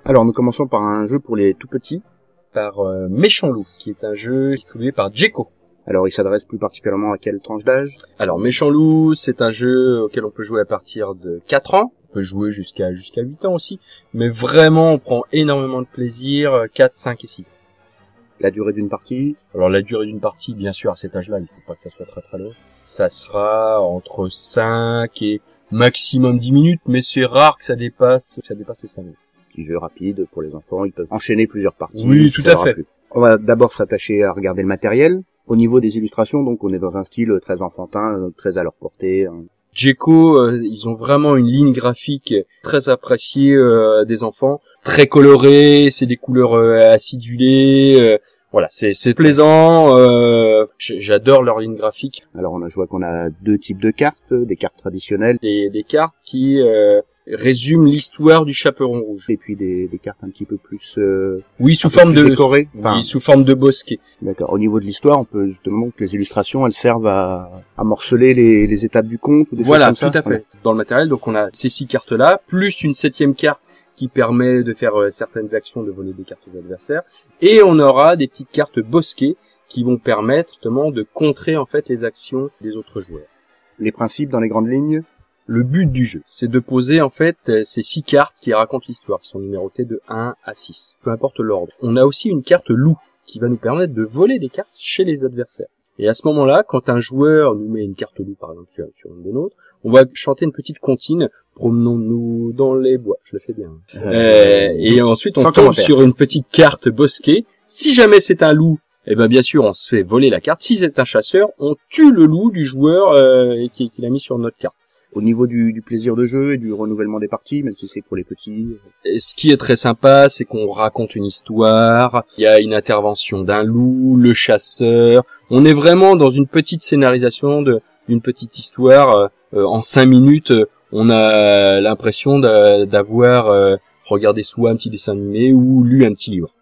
Alors nous commençons par un jeu pour les tout petits. Par Méchant Loup, qui est un jeu distribué par Djeco. Alors il s'adresse plus particulièrement à quelle tranche d'âge? Alors Méchant Loup, c'est un jeu auquel on peut jouer à partir de 4 ans. On peut jouer jusqu'à 8 ans aussi. Mais vraiment, on prend énormément de plaisir, 4, 5 et 6 ans. La durée d'une partie? Alors la durée d'une partie, bien sûr, à cet âge-là, il faut pas que ça soit très très long. Ça sera entre 5 et maximum 10 minutes, mais c'est rare que ça dépasse les 5 minutes. Petit jeu rapide pour les enfants, ils peuvent enchaîner plusieurs parties. Oui, tout à fait. On va d'abord s'attacher à regarder le matériel. Au niveau des illustrations, donc on est dans un style très enfantin, très à leur portée. Djeco, ils ont vraiment une ligne graphique très appréciée des enfants, très colorée, c'est des couleurs acidulées, voilà, c'est plaisant, j'adore leur ligne graphique. Alors je vois qu'on a deux types de cartes, des cartes traditionnelles, Des cartes qui résument l'histoire du Chaperon Rouge. et puis des cartes un petit peu plus Oui, sous forme de décorées. oui, sous forme de bosquet. D'accord. Au niveau de l'histoire, on peut justement que les illustrations, elles servent à morceler les étapes du conte ou des Voilà, choses comme ça. tout à fait. Dans le matériel, donc on a ces 6 cartes-là, plus une 7e carte qui permet de faire certaines actions, de voler des cartes aux adversaires, et on aura des petites cartes bosquets qui vont permettre justement de contrer en fait les actions des autres joueurs. Les principes dans les grandes lignes. Le but du jeu, c'est de poser en fait ces 6 cartes qui racontent l'histoire, qui sont numérotées de 1 à 6, peu importe l'ordre. On a aussi une carte loup qui va nous permettre de voler des cartes chez les adversaires. Et à ce moment-là, quand un joueur nous met une carte loup par exemple sur une des nôtres, on va chanter une petite comptine, promenons-nous dans les bois, je le fais bien. Et ensuite on tombe sur une petite carte bosquet. Si jamais c'est un loup, eh ben bien sûr on se fait voler la carte. Si c'est un chasseur, on tue le loup du joueur qui l'a mis sur notre carte. Au niveau du plaisir de jeu et du renouvellement des parties, même si c'est pour les petits. Et ce qui est très sympa, c'est qu'on raconte une histoire, il y a une intervention d'un loup, le chasseur. On est vraiment dans une petite scénarisation d'une petite histoire. En 5 minutes, on a l'impression d'avoir regardé soit un petit dessin animé ou lu un petit livre.